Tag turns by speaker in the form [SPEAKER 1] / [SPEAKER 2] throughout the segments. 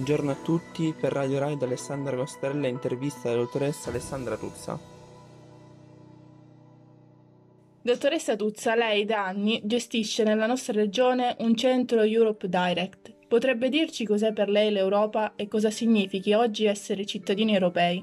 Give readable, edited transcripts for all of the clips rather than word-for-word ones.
[SPEAKER 1] Buongiorno a tutti, per Radio Rai da Alessandra Costerella intervista la dottoressa Alessandra Tuzza.
[SPEAKER 2] Dottoressa Tuzza, lei da anni gestisce nella nostra regione un centro Europe Direct. Potrebbe dirci cos'è per lei l'Europa e cosa significhi oggi essere cittadini europei?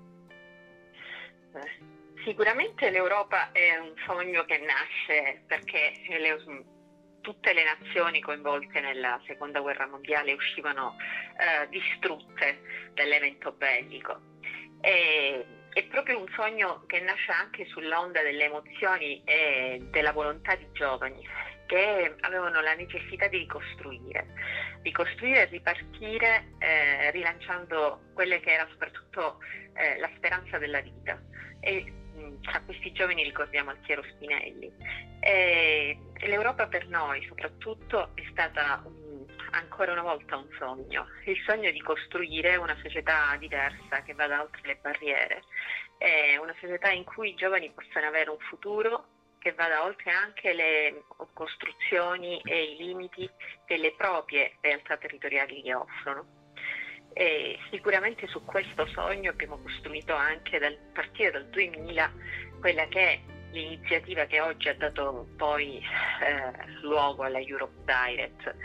[SPEAKER 3] Sicuramente l'Europa è un sogno che nasce perché tutte le nazioni coinvolte nella Seconda Guerra Mondiale uscivano distrutte dall'evento bellico. È proprio un sogno che nasce anche sull'onda delle emozioni e della volontà di giovani che avevano la necessità di ricostruire e ripartire rilanciando quelle che era soprattutto la speranza della vita. E a questi giovani ricordiamo Altiero Spinelli. L'Europa per noi soprattutto è stata ancora una volta un sogno, il sogno di costruire una società diversa che vada oltre le barriere, una società in cui i giovani possano avere un futuro che vada oltre anche le costruzioni e i limiti che le proprie realtà territoriali gli offrono. E sicuramente su questo sogno abbiamo costruito anche partire dal 2000 quella che è l'iniziativa che oggi ha dato poi luogo alla Europe Direct.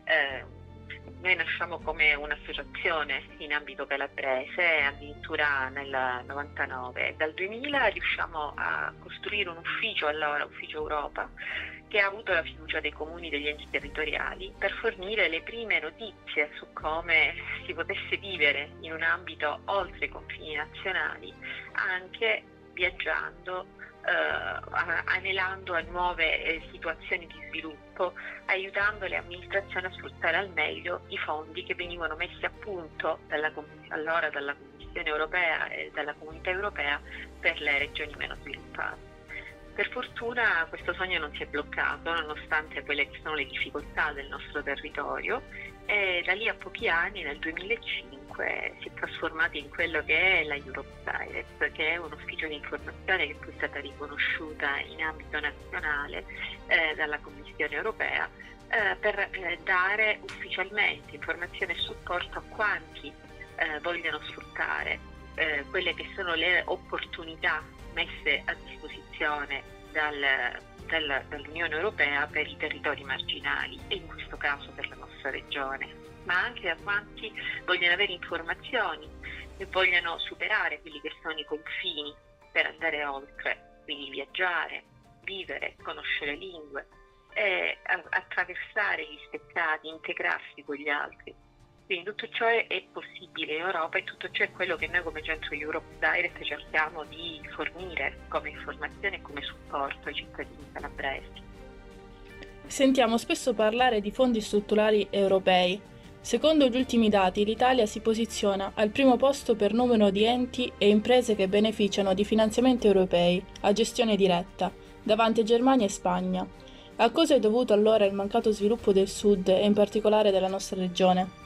[SPEAKER 3] Noi nasciamo come un'associazione in ambito calabrese, addirittura nel 99. Dal 2000 riusciamo a costruire un ufficio, allora Ufficio Europa, che ha avuto la fiducia dei comuni e degli enti territoriali per fornire le prime notizie su come si potesse vivere in un ambito oltre i confini nazionali, anche viaggiando, anelando a nuove situazioni di sviluppo, aiutando le amministrazioni a sfruttare al meglio i fondi che venivano messi a punto allora dalla Commissione europea e dalla Comunità europea per le regioni meno sviluppate. Per fortuna questo sogno non si è bloccato nonostante quelle che sono le difficoltà del nostro territorio, e da lì a pochi anni, nel 2005, si è trasformato in quello che è la Europe Direct, che è un ufficio di informazione che poi è stata riconosciuta in ambito nazionale dalla Commissione europea per dare ufficialmente informazione e supporto a quanti vogliono sfruttare quelle che sono le opportunità messe a disposizione dall'Unione Europea per i territori marginali, e in questo caso per la nostra regione, ma anche a quanti vogliono avere informazioni e vogliono superare quelli che sono i confini per andare oltre, quindi viaggiare, vivere, conoscere lingue, attraversare gli spettacoli, integrarsi con gli altri. Quindi tutto ciò è possibile in Europa, e tutto ciò è quello che noi come Centro Europe Direct cerchiamo di fornire come informazione e come supporto ai cittadini calabresi.
[SPEAKER 2] Sentiamo spesso parlare di fondi strutturali europei. Secondo gli ultimi dati, l'Italia si posiziona al primo posto per numero di enti e imprese che beneficiano di finanziamenti europei a gestione diretta, davanti a Germania e Spagna. A cosa è dovuto allora il mancato sviluppo del Sud e in particolare della nostra regione?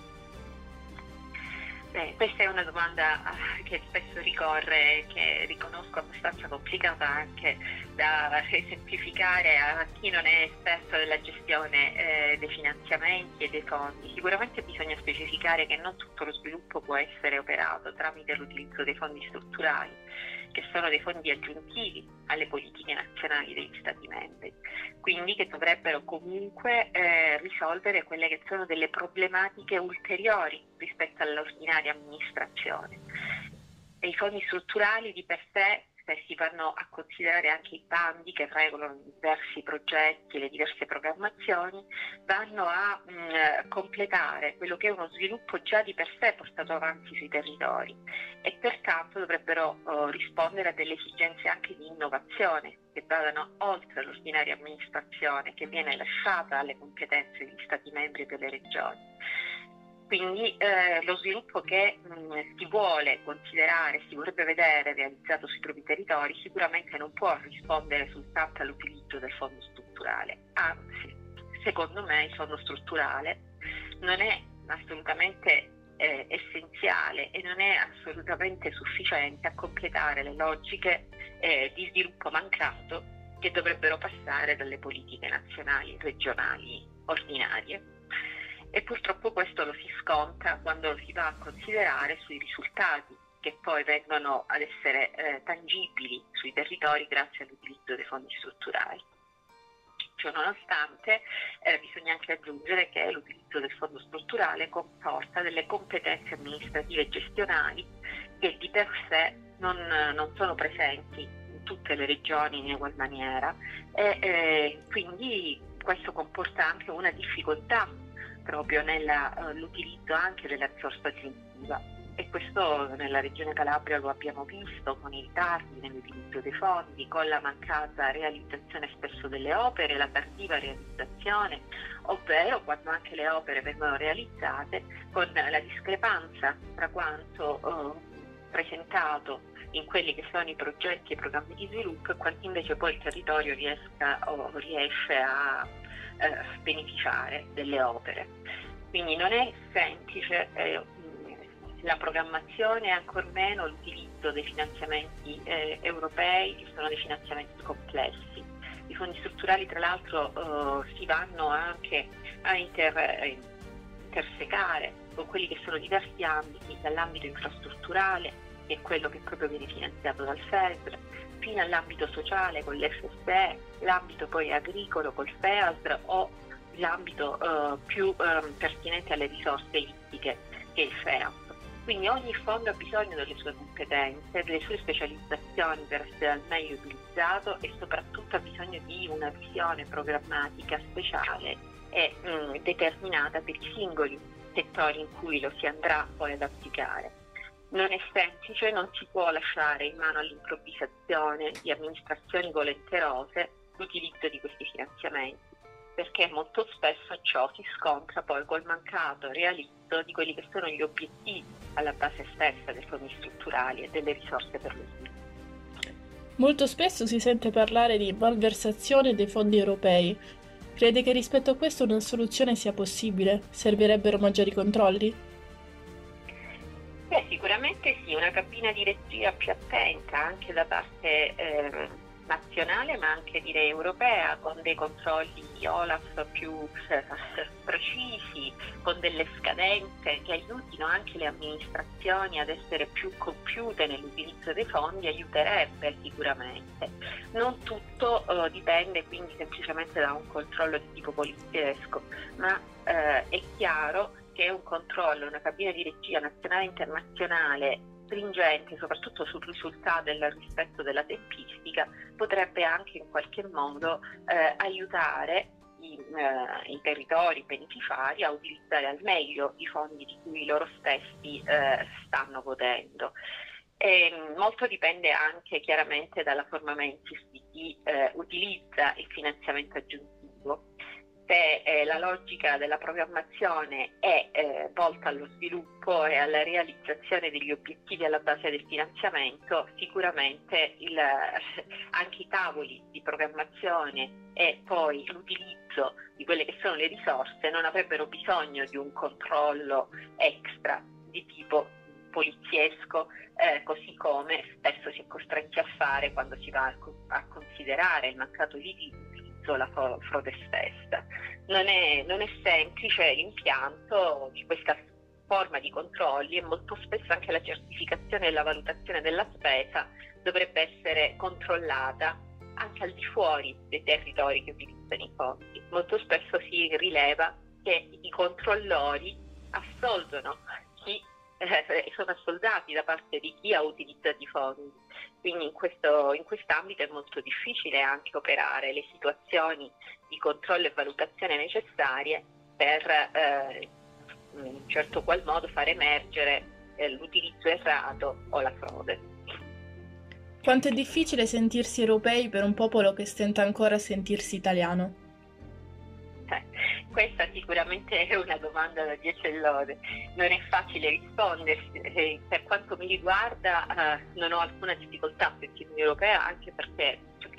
[SPEAKER 3] Questa è una domanda che spesso ricorre, che riconosco abbastanza complicata anche da esemplificare a chi non è esperto della gestione dei finanziamenti e dei fondi. Sicuramente bisogna specificare che non tutto lo sviluppo può essere operato tramite l'utilizzo dei fondi strutturali, che sono dei fondi aggiuntivi alle politiche nazionali degli Stati membri, quindi che dovrebbero comunque risolvere quelle che sono delle problematiche ulteriori rispetto all'ordinaria amministrazione. E i fondi strutturali di per sé, se si vanno a considerare anche i bandi che regolano i diversi progetti e le diverse programmazioni, vanno a completare quello che è uno sviluppo già di per sé portato avanti sui territori, e pertanto dovrebbero rispondere a delle esigenze anche di innovazione che vadano oltre l'ordinaria amministrazione che viene lasciata alle competenze degli Stati membri e delle regioni. Quindi lo sviluppo che si vuole considerare, si vorrebbe vedere realizzato sui propri territori, sicuramente non può rispondere soltanto all'utilizzo del fondo strutturale. Anzi, secondo me il fondo strutturale non è assolutamente essenziale e non è assolutamente sufficiente a completare le logiche di sviluppo mancato che dovrebbero passare dalle politiche nazionali e regionali ordinarie. e purtroppo questo lo si sconta quando lo si va a considerare sui risultati che poi vengono ad essere tangibili sui territori grazie all'utilizzo dei fondi strutturali. Ciononostante, bisogna anche aggiungere che l'utilizzo del fondo strutturale comporta delle competenze amministrative e gestionali che di per sé non sono presenti in tutte le regioni in ugual maniera e quindi questo comporta anche una difficoltà proprio nell'utilizzo anche della risorsa aggiuntiva. E questo nella regione Calabria lo abbiamo visto con i ritardi nell'utilizzo dei fondi, con la mancata realizzazione spesso delle opere, la tardiva realizzazione, ovvero quando anche le opere vengono realizzate con la discrepanza tra quanto presentato in quelli che sono i progetti e i programmi di sviluppo e quanto invece poi il territorio riesce a beneficiare delle opere. Quindi non è semplice la programmazione e ancor meno l'utilizzo dei finanziamenti europei, che sono dei finanziamenti complessi. I fondi strutturali tra l'altro si vanno anche a intersecare con quelli che sono diversi ambiti, dall'ambito infrastrutturale, che è quello che proprio viene finanziato dal FESR, fino all'ambito sociale con l'FSE, l'ambito poi agricolo col FEASR o l'ambito più pertinente alle risorse ittiche che è il FEAP. Quindi ogni fondo ha bisogno delle sue competenze, delle sue specializzazioni per essere al meglio utilizzato e soprattutto ha bisogno di una visione programmatica speciale e determinata per i singoli settori in cui lo si andrà poi ad applicare. Non è semplice, non si può lasciare in mano all'improvvisazione di amministrazioni volenterose l'utilizzo di questi finanziamenti, perché molto spesso ciò si scontra poi col mancato realizzo di quelli che sono gli obiettivi alla base stessa dei fondi strutturali e delle risorse per lo sviluppo.
[SPEAKER 2] Molto spesso si sente parlare di malversazione dei fondi europei. Crede che rispetto a questo una soluzione sia possibile? Servirebbero maggiori controlli?
[SPEAKER 3] Sicuramente sì, una cabina di regia più attenta anche da parte nazionale ma anche direi europea, con dei controlli OLAF più precisi, con delle scadenze che aiutino anche le amministrazioni ad essere più compiute nell'utilizzo dei fondi, aiuterebbe sicuramente. Non tutto dipende quindi semplicemente da un controllo di tipo poliziesco, ma è chiaro che un controllo, una cabina di regia nazionale e internazionale stringente, soprattutto sul risultato e il rispetto della tempistica, potrebbe anche in qualche modo aiutare i territori beneficiari a utilizzare al meglio i fondi di cui loro stessi stanno godendo. Molto dipende anche chiaramente dalla forma mentis di chi utilizza il finanziamento aggiuntivo. Se la logica della programmazione è volta allo sviluppo e alla realizzazione degli obiettivi alla base del finanziamento, sicuramente anche i tavoli di programmazione e poi l'utilizzo di quelle che sono le risorse non avrebbero bisogno di un controllo extra di tipo poliziesco, così come spesso si è costretti a fare quando si va a considerare il mancato utilizzo la frode stessa. Non è semplice l'impianto di questa forma di controlli e molto spesso anche la certificazione e la valutazione della spesa dovrebbe essere controllata anche al di fuori dei territori che utilizzano i fondi. Molto spesso si rileva che i controllori assoldono chi sono assoldati da parte di chi ha utilizzato i fondi. Quindi in quest'ambito è molto difficile anche operare le situazioni di controllo e valutazione necessarie per in un certo qual modo far emergere l'utilizzo errato o la frode.
[SPEAKER 2] Quanto è difficile sentirsi europei per un popolo che stenta ancora a sentirsi italiano?
[SPEAKER 3] Questa sicuramente è una domanda da 10 lode. Non è facile rispondersi. Per quanto mi riguarda non ho alcuna difficoltà a sentirmi europea, anche perché ciò che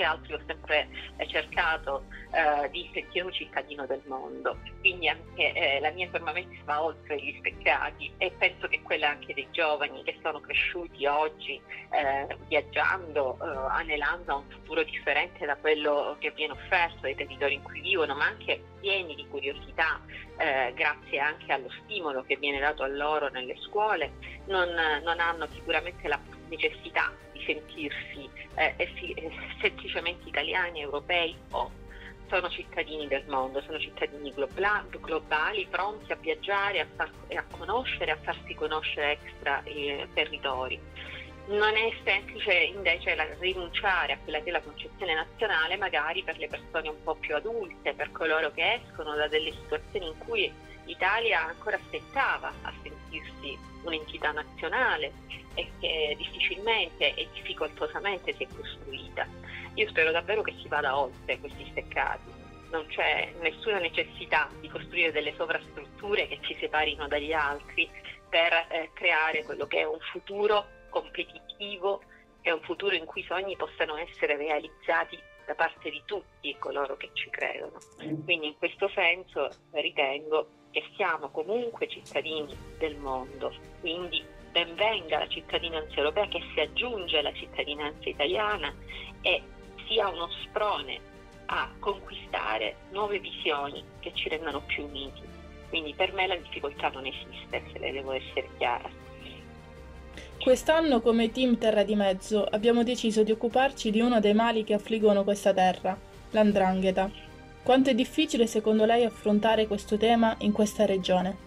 [SPEAKER 3] che altro io ho sempre cercato di sentire un cittadino del mondo, quindi anche la mia fermamente va oltre gli specchiati, e penso che quella anche dei giovani che sono cresciuti oggi viaggiando, anelando a un futuro differente da quello che viene offerto dai territori in cui vivono, ma anche pieni di curiosità grazie anche allo stimolo che viene dato a loro nelle scuole, non hanno sicuramente la necessità di sentirsi semplicemente italiani, europei, o sono cittadini del mondo, sono cittadini globali, pronti a viaggiare e a conoscere, a farsi conoscere extra territori. Non è semplice invece rinunciare a quella che è la concezione nazionale, magari per le persone un po' più adulte, per coloro che escono da delle situazioni in cui l'Italia ancora aspettava a sentirsi un'entità nazionale e che difficilmente e difficoltosamente si è costruita. Io spero davvero che si vada oltre questi steccati. Non c'è nessuna necessità di costruire delle sovrastrutture che ci separino dagli altri per creare quello che è un futuro competitivo e un futuro in cui i sogni possano essere realizzati da parte di tutti coloro che ci credono. Quindi in questo senso ritengo che siamo comunque cittadini del mondo, quindi ben venga la cittadinanza europea che si aggiunge alla cittadinanza italiana e sia uno sprone a conquistare nuove visioni che ci rendano più uniti. Quindi per me la difficoltà non esiste, se le devo essere chiara.
[SPEAKER 2] Quest'anno come team Terra di Mezzo abbiamo deciso di occuparci di uno dei mali che affliggono questa terra, l''ndrangheta. Quanto è difficile secondo lei affrontare questo tema in questa regione?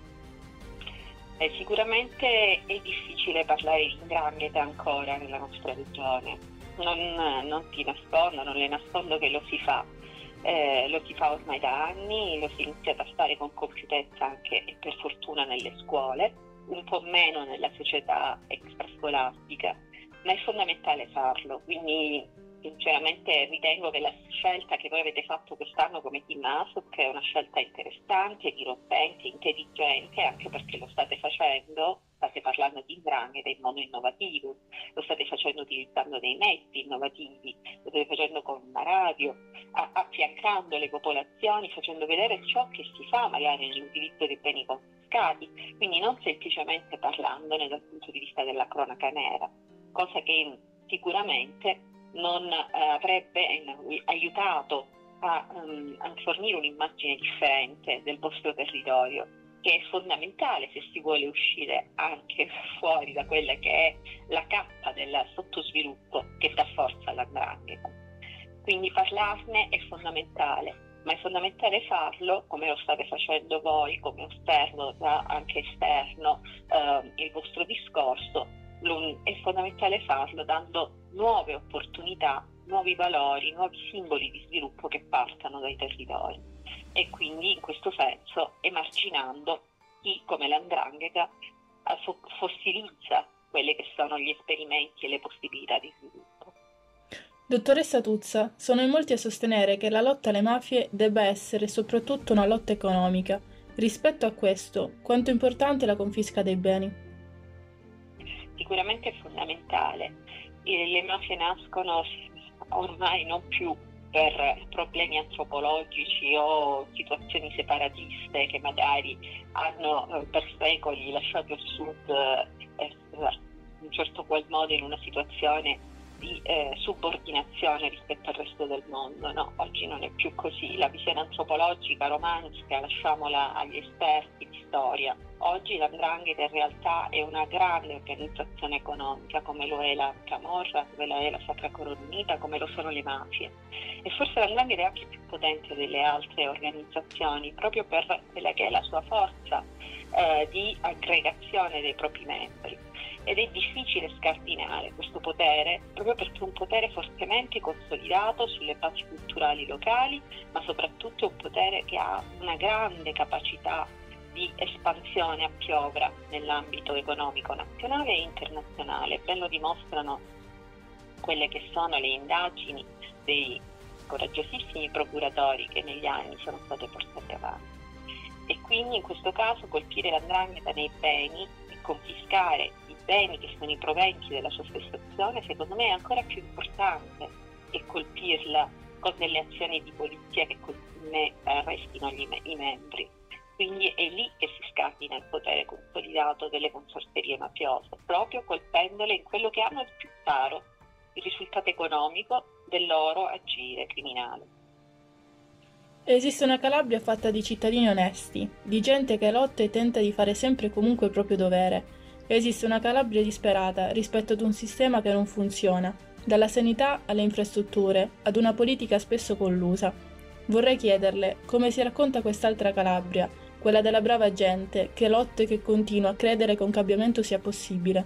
[SPEAKER 3] Sicuramente è difficile parlare di 'ndrangheta ancora nella nostra regione. Non ti nascondo, non le nascondo che lo si fa ormai da anni, lo si è iniziato a fare con compiutezza anche e per fortuna nelle scuole, un po' meno nella società extrascolastica, ma è fondamentale farlo, quindi sinceramente ritengo che la scelta che voi avete fatto quest'anno come team ASOC è una scelta interessante, dirompente, intelligente, anche perché lo state facendo, state parlando di 'ndrangheta in modo innovativo, lo state facendo utilizzando dei mezzi innovativi, lo state facendo con una radio, affiancando le popolazioni, facendo vedere ciò che si fa magari nell'utilizzo dei beni confiscati, quindi non semplicemente parlandone dal punto di vista della cronaca nera, cosa che sicuramente non avrebbe aiutato a fornire un'immagine differente del vostro territorio, che è fondamentale se si vuole uscire anche fuori da quella che è la cappa del sottosviluppo che dà forza alla 'ndrangheta. Quindi parlarne è fondamentale, ma è fondamentale farlo come lo state facendo voi, come osservo da anche esterno il vostro discorso. È fondamentale farlo dando nuove opportunità, nuovi valori, nuovi simboli di sviluppo che partano dai territori, e quindi in questo senso emarginando chi come la 'ndrangheta fossilizza quelli che sono gli esperimenti e le possibilità di sviluppo.
[SPEAKER 2] Dottoressa Tuzza, sono in molti a sostenere che la lotta alle mafie debba essere soprattutto una lotta economica. Rispetto a questo, quanto è importante la confisca dei beni?
[SPEAKER 3] Sicuramente è fondamentale. Le mafie nascono ormai non più per problemi antropologici o situazioni separatiste che magari hanno per secoli lasciato il Sud in un certo qual modo in una situazione di subordinazione rispetto al resto del mondo. No, oggi non è più così. La visione antropologica, romantica, lasciamola agli esperti di storia. Oggi la 'ndrangheta in realtà è una grande organizzazione economica, come lo è la Camorra, come lo è la Sacra Corona Unita, come lo sono le mafie. E forse la 'ndrangheta è anche più potente delle altre organizzazioni, proprio per quella che è la sua forza di aggregazione dei propri membri. Ed è difficile scardinare questo potere, proprio perché è un potere fortemente consolidato sulle basi culturali locali, ma soprattutto è un potere che ha una grande capacità di espansione a piovra nell'ambito economico nazionale e internazionale. Ben lo dimostrano quelle che sono le indagini dei coraggiosissimi procuratori che negli anni sono state portate avanti. E quindi in questo caso colpire la 'ndrangheta nei beni e confiscare i beni che sono i proventi della sua stessa azione, secondo me è ancora più importante, e colpirla con delle azioni di polizia che arrestino i membri. Quindi è lì che si scardina il potere consolidato delle consorterie mafiose, proprio colpendole in quello che hanno di più caro, il risultato economico del loro agire criminale.
[SPEAKER 2] Esiste una Calabria fatta di cittadini onesti, di gente che lotta e tenta di fare sempre e comunque il proprio dovere. Esiste una Calabria disperata rispetto ad un sistema che non funziona, dalla sanità alle infrastrutture, ad una politica spesso collusa. Vorrei chiederle come si racconta quest'altra Calabria, quella della brava gente che lotta e che continua a credere che un cambiamento sia possibile.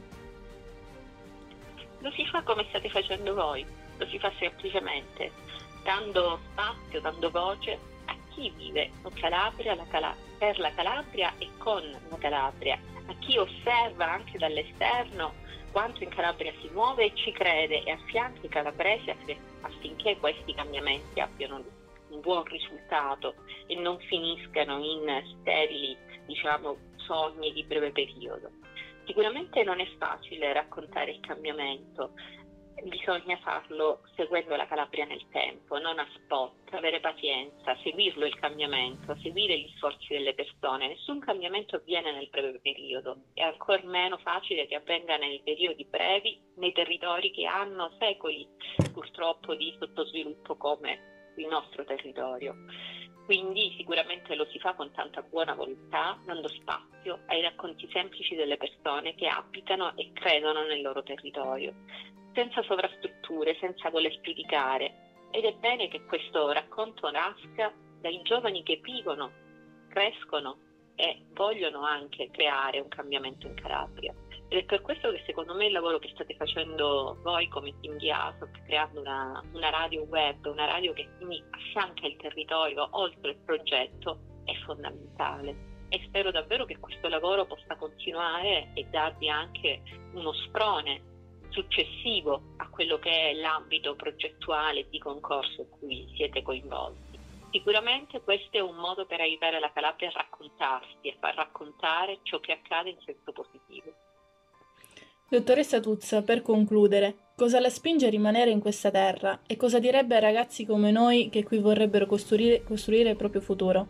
[SPEAKER 3] Lo si fa come state facendo voi, lo si fa semplicemente dando spazio, dando voce a chi vive in Calabria, per la Calabria e con la Calabria, a chi osserva anche dall'esterno quanto in Calabria si muove e ci crede e affianca i calabresi affinché questi cambiamenti abbiano un buon risultato e non finiscano in sterili, sogni di breve periodo. Sicuramente non è facile raccontare il cambiamento, bisogna farlo seguendo la Calabria nel tempo, non a spot, avere pazienza, seguirlo il cambiamento, seguire gli sforzi delle persone. Nessun cambiamento avviene nel breve periodo, è ancor meno facile che avvenga nei periodi brevi, nei territori che hanno secoli purtroppo di sottosviluppo come il nostro territorio. Quindi sicuramente lo si fa con tanta buona volontà, dando spazio ai racconti semplici delle persone che abitano e credono nel loro territorio, senza sovrastrutture, senza voler giudicare. Ed è bene che questo racconto nasca dai giovani che vivono, crescono e vogliono anche creare un cambiamento in Calabria. Ed è per questo che secondo me il lavoro che state facendo voi come team di ASOC, creando una radio web, una radio che quindi affianca il territorio oltre il progetto, è fondamentale. E spero davvero che questo lavoro possa continuare e darvi anche uno sprone successivo a quello che è l'ambito progettuale di concorso in cui siete coinvolti. Sicuramente questo è un modo per aiutare la Calabria a raccontarsi e far raccontare ciò che accade in senso positivo.
[SPEAKER 2] Dottoressa Tuzza, per concludere, cosa la spinge a rimanere in questa terra e cosa direbbe ai ragazzi come noi che qui vorrebbero costruire il proprio futuro?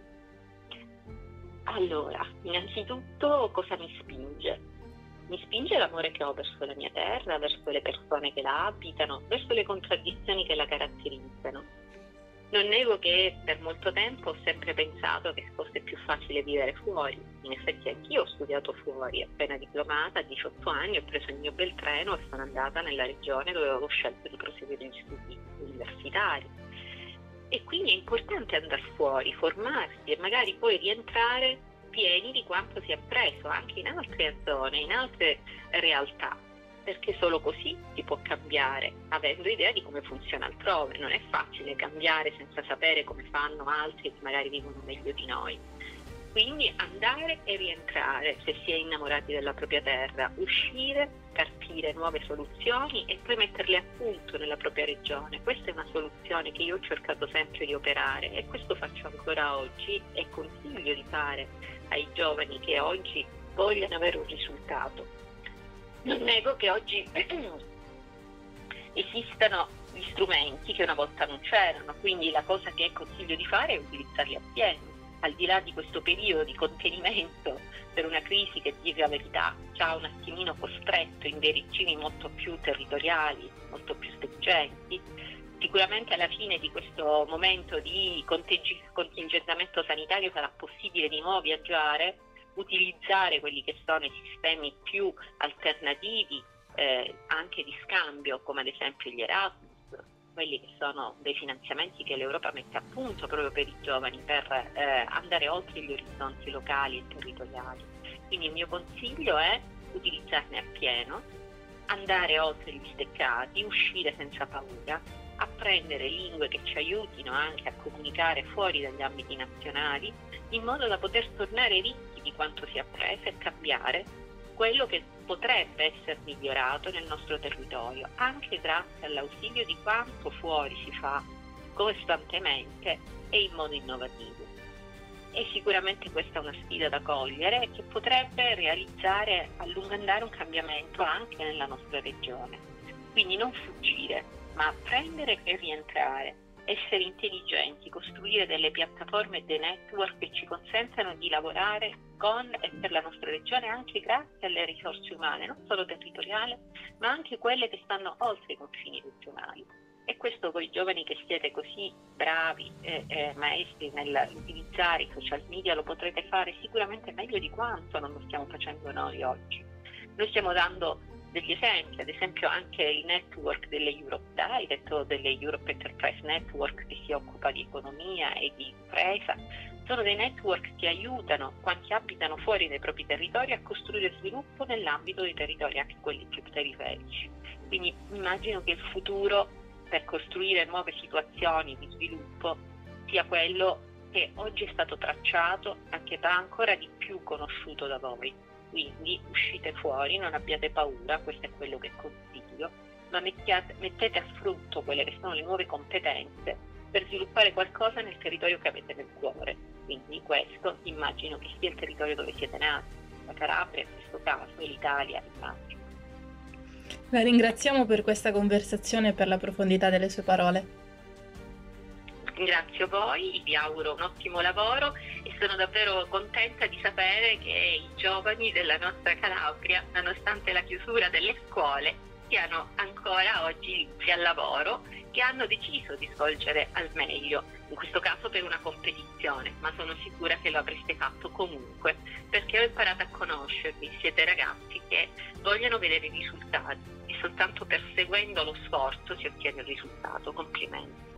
[SPEAKER 3] Allora, innanzitutto cosa mi spinge? Mi spinge l'amore che ho verso la mia terra, verso le persone che la abitano, verso le contraddizioni che la caratterizzano. Non nego che per molto tempo ho sempre pensato che fosse più facile vivere fuori. In effetti anch'io ho studiato fuori, appena diplomata a 18 anni ho preso il mio bel treno e sono andata nella regione dove avevo scelto di proseguire gli studi universitari. E quindi è importante andare fuori, formarsi e magari poi rientrare pieni di quanto si è appreso anche in altre zone, in altre realtà, perché solo così si può cambiare, avendo idea di come funziona altrove. Non è facile cambiare senza sapere come fanno altri che magari vivono meglio di noi. Quindi andare e rientrare, se si è innamorati della propria terra, uscire, partire nuove soluzioni e poi metterle a punto nella propria regione. Questa è una soluzione che io ho cercato sempre di operare e questo faccio ancora oggi e consiglio di fare ai giovani che oggi vogliono avere un risultato. Non nego che oggi esistano gli strumenti che una volta non c'erano, quindi la cosa che consiglio di fare è utilizzarli appieno. Al di là di questo periodo di contenimento per una crisi che, dico la verità, ci ha un attimino costretto in dei regimi molto più territoriali, molto più stringenti, sicuramente alla fine di questo momento di contingentamento sanitario sarà possibile di nuovo viaggiare, utilizzare quelli che sono i sistemi più alternativi, anche di scambio, come ad esempio gli Erasmus, quelli che sono dei finanziamenti che l'Europa mette a punto proprio per i giovani per andare oltre gli orizzonti locali e territoriali. Quindi il mio consiglio è utilizzarne appieno, andare oltre gli steccati, uscire senza paura, apprendere lingue che ci aiutino anche a comunicare fuori dagli ambiti nazionali, in modo da poter tornare ricchi di quanto si è appreso e cambiare quello che potrebbe essere migliorato nel nostro territorio, anche grazie all'ausilio di quanto fuori si fa costantemente e in modo innovativo. E sicuramente questa è una sfida da cogliere che potrebbe realizzare a lungo andare un cambiamento anche nella nostra regione. Quindi non fuggire, ma prendere e rientrare, essere intelligenti, costruire delle piattaforme e dei network che ci consentano di lavorare con e per la nostra regione anche grazie alle risorse umane, non solo territoriali, ma anche quelle che stanno oltre i confini regionali. E questo voi giovani che siete così bravi e maestri nell'utilizzare i social media lo potrete fare sicuramente meglio di quanto non lo stiamo facendo noi oggi. Noi stiamo dando degli esempi, ad esempio anche il network delle Europe Direct o delle Europe Enterprise Network che si occupa di economia e di impresa, sono dei network che aiutano quanti abitano fuori dai propri territori a costruire sviluppo nell'ambito dei territori, anche quelli più periferici. Quindi immagino che il futuro per costruire nuove situazioni di sviluppo sia quello che oggi è stato tracciato, anche ancora di più conosciuto da voi. Quindi uscite fuori, non abbiate paura, questo è quello che consiglio, ma mettete a frutto quelle che sono le nuove competenze per sviluppare qualcosa nel territorio che avete nel cuore. Quindi questo immagino che sia il territorio dove siete nati, la Calabria in questo caso e l'Italia immagino.
[SPEAKER 2] La ringraziamo per questa conversazione e per la profondità delle sue parole.
[SPEAKER 3] Ringrazio voi, vi auguro un ottimo lavoro e sono davvero contenta di sapere che i giovani della nostra Calabria, nonostante la chiusura delle scuole, siano ancora oggi inizi al lavoro, che hanno deciso di svolgere al meglio, in questo caso per una competizione, ma sono sicura che lo avreste fatto comunque, perché ho imparato a conoscervi, siete ragazzi che vogliono vedere i risultati e soltanto perseguendo lo sforzo si ottiene il risultato. Complimenti.